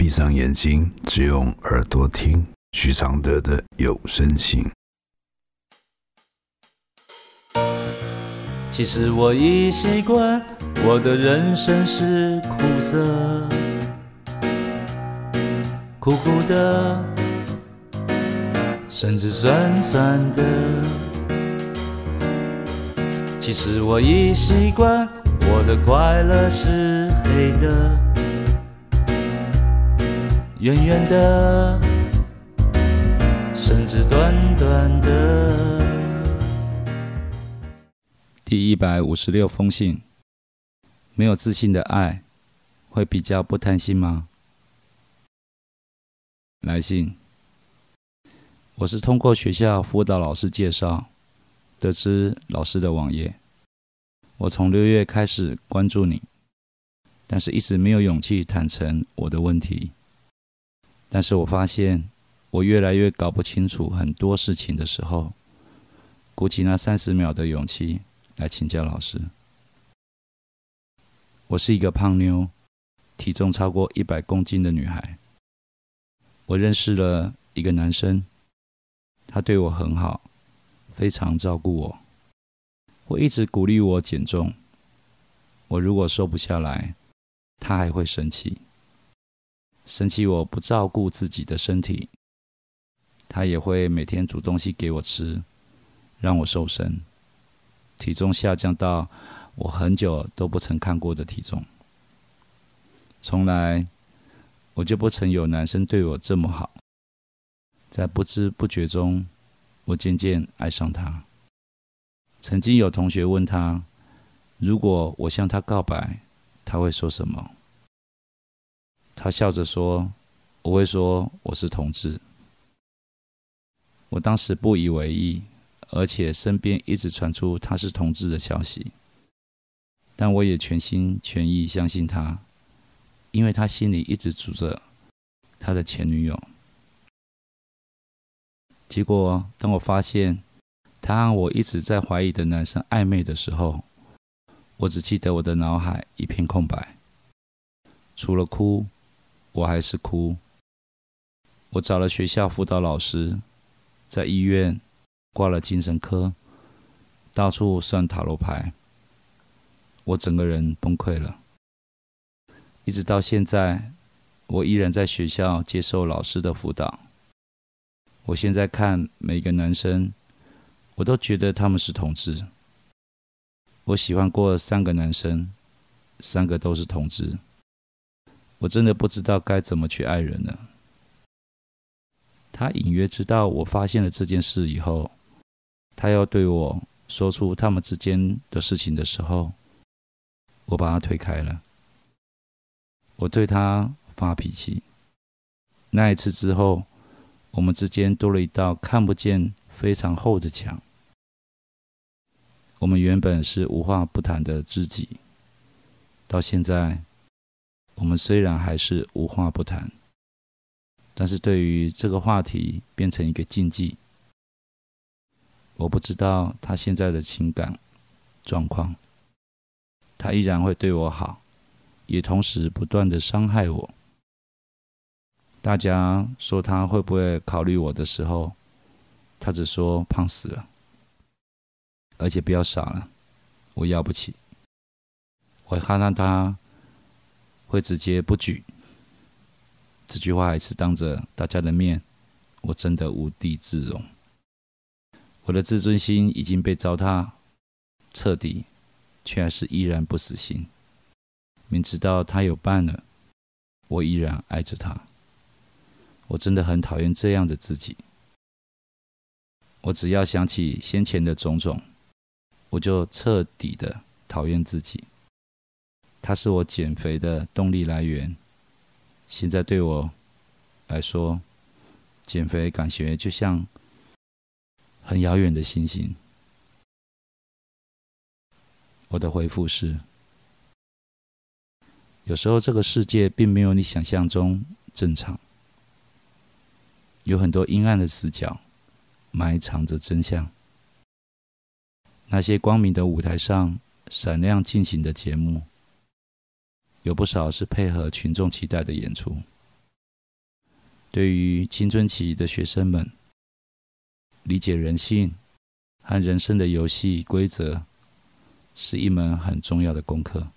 闭上眼睛，只用耳朵听许常德的有声信。 其实我已习惯，我的人生是苦涩，苦苦的，甚至酸酸的。其实我已习惯，我的快乐是黑的，圆圆的，甚至短短的。第156封信。没有自信的爱，会比较不贪心吗？来信。我是通过学校辅导老师介绍，得知老师的网页。我从6月开始关注你，但是一直没有勇气坦诚我的问题。但是我发现，我越来越搞不清楚很多事情的时候，鼓起那30秒的勇气来请教老师。我是一个胖妞，体重超过100公斤的女孩。我认识了一个男生，他对我很好，非常照顾我，会一直鼓励我减重。我如果瘦不下来，他还会生气，生气我不照顾自己的身体。他也会每天煮东西给我吃，让我瘦身，体重下降到我很久都不曾看过的体重。从来我就不曾有男生对我这么好。在不知不觉中，我渐渐爱上他。曾经有同学问他，如果我向他告白，他会说什么？他笑着说，我会说我是同志。我当时不以为意，而且身边一直传出他是同志的消息。但我也全心全意相信他，因为他心里一直住着他的前女友。结果当我发现他和我一直在怀疑的男生暧昧的时候，我只记得我的脑海一片空白，除了哭，我还是哭。我找了学校辅导老师，在医院挂了精神科，到处算塔罗牌。我整个人崩溃了。一直到现在，我依然在学校接受老师的辅导。我现在看每个男生，我都觉得他们是同志。我喜欢过3个男生，3个都是同志。我真的不知道该怎么去爱人了。他隐约知道我发现了这件事以后，他要对我说出他们之间的事情的时候，我把他推开了。我对他发脾气。那一次之后，我们之间多了一道看不见非常厚的墙。我们原本是无话不谈的知己，到现在，我们虽然还是无话不谈，但是对于这个话题变成一个禁忌。我不知道他现在的情感状况，他依然会对我好，也同时不断的伤害我。大家说他会不会考虑我的时候，他只说胖死了，而且不要傻了，我要不起。我看到他会直接不举。这句话还是当着大家的面，我真的无地自容。我的自尊心已经被糟蹋彻底，却还是依然不死心。明知道他有伴了，我依然爱着他。我真的很讨厌这样的自己。我只要想起先前的种种，我就彻底的讨厌自己。他是我减肥的动力来源。现在对我来说，减肥感觉就像很遥远的星星。我的回复是，有时候这个世界并没有你想象中正常，有很多阴暗的死角埋藏着真相。那些光明的舞台上闪亮进行的节目，有不少是配合群众期待的演出。 对于青春期的学生们，理解人性和人生的游戏规则是一门很重要的功课。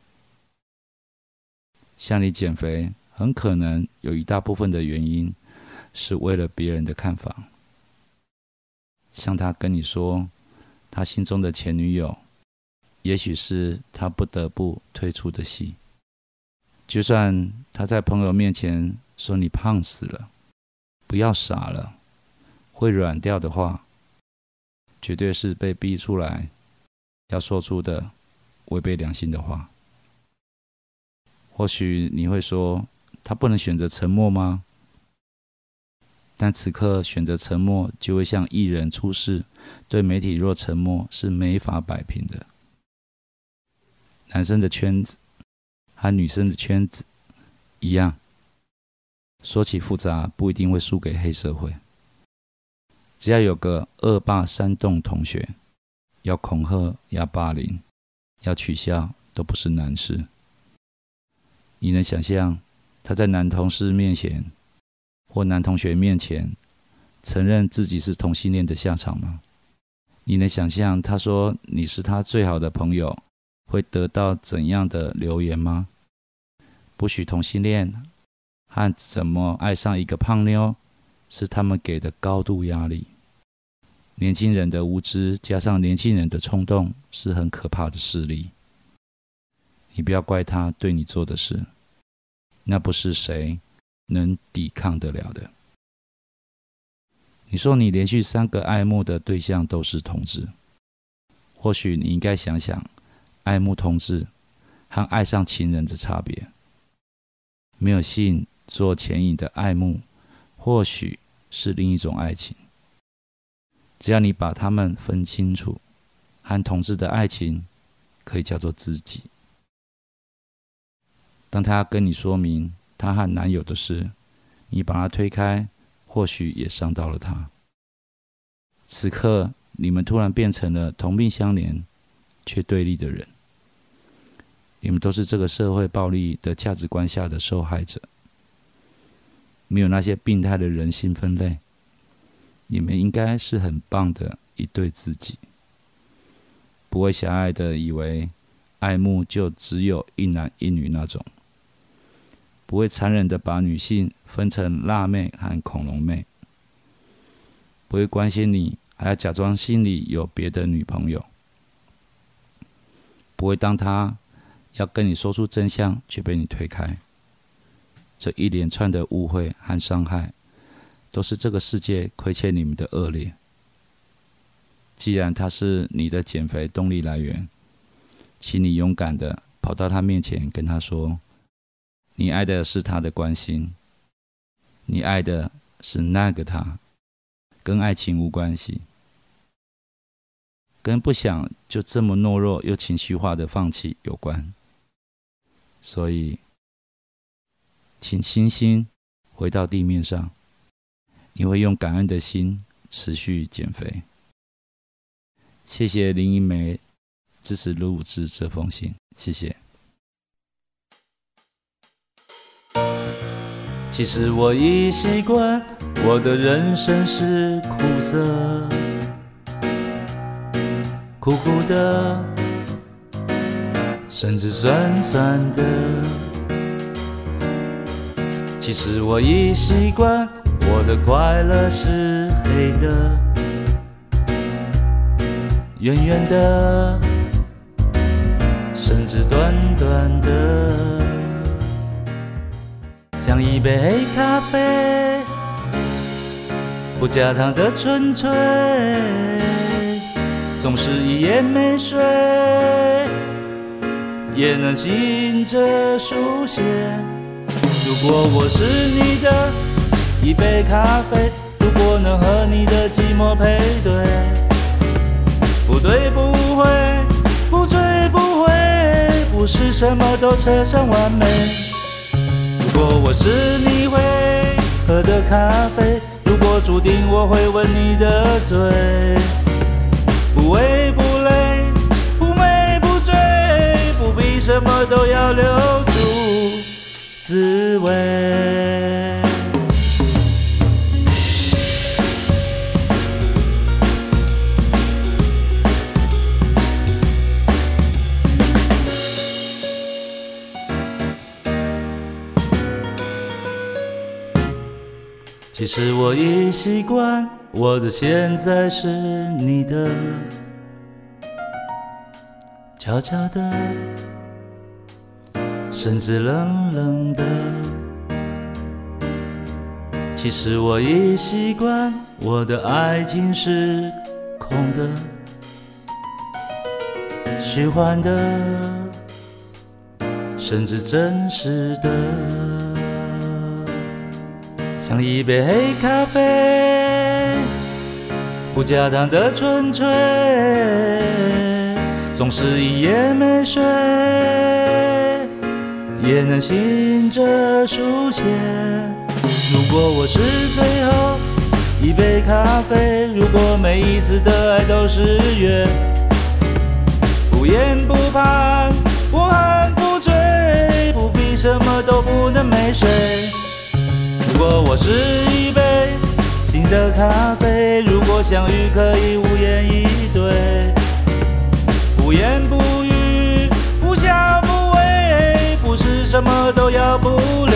像你减肥，很可能有一大部分的原因是为了别人的看法。像他跟你说他心中的前女友，也许是他不得不退出的戏。就算他在朋友面前说你胖死了，不要傻了，会软掉的话，绝对是被逼出来要说出的违背良心的话。或许你会说，他不能选择沉默吗？但此刻选择沉默，就会像艺人出事，对媒体若沉默是没法摆平的。男生的圈子和女生的圈子一样，说起复杂，不一定会输给黑社会。只要有个恶霸煽动同学，要恐吓，要霸凌，要取笑，都不是难事。你能想象他在男同事面前或男同学面前承认自己是同性恋的下场吗？你能想象他说你是他最好的朋友会得到怎样的留言吗？不许同性恋和怎么爱上一个胖妞是他们给的高度压力。年轻人的无知加上年轻人的冲动是很可怕的势力。你不要怪他对你做的事，那不是谁能抵抗得了的。你说你连续3个爱慕的对象都是同志，或许你应该想想爱慕同志和爱上情人的差别。没有性做前引的爱慕，或许是另一种爱情。只要你把它们分清楚，和同志的爱情可以叫做知己。当他跟你说明他和男友的事，你把他推开，或许也伤到了他。此刻你们突然变成了同病相怜却对立的人。你们都是这个社会暴力的价值观下的受害者。没有那些病态的人性分类，你们应该是很棒的一对知己。不会狭隘的以为爱慕就只有一男一女那种，不会残忍的把女性分成辣妹和恐龙妹，不会关心你还要假装心里有别的女朋友，不会当他要跟你说出真相却被你推开。这一连串的误会和伤害，都是这个世界亏欠你们的恶劣。既然他是你的减肥动力来源，请你勇敢的跑到他面前跟他说，你爱的是他的关心，你爱的是那个他，跟爱情无关系，跟不想就这么懦弱又情绪化的放弃有关。所以请星星回到地面上，你会用感恩的心持续减肥。谢谢林一梅支持录制这封信，谢谢。其实我已习惯我的人生是苦涩，苦苦的，甚至酸酸的。其实我已习惯我的快乐是黑的，圆圆的，甚至短短的，像一杯黑咖啡，不加糖的纯粹，总是一夜没睡，也能醒着书写。如果我是你的一杯咖啡，如果能和你的寂寞配对，不对不会，不醉不会，不是什么都扯上完美。如果我是你会喝的咖啡，如果注定我会吻你的嘴，不为不累，不美不醉，不必什么都要留住滋味。 其实我已习惯，我的现在是你的，悄悄的，甚至冷冷的。其实我已习惯，我的爱情是空的，虚幻的，甚至真实的。像一杯黑咖啡，不加糖的纯粹，总是一夜没睡，也能醒着书写。如果我是最后一杯咖啡，如果每一次的爱都是约，不言不盼，不寒不醉，不必什么都不能没睡。如果我是一杯新的咖啡，如果相遇可以无言以对，不言不语，不笑不为，不是什么都要不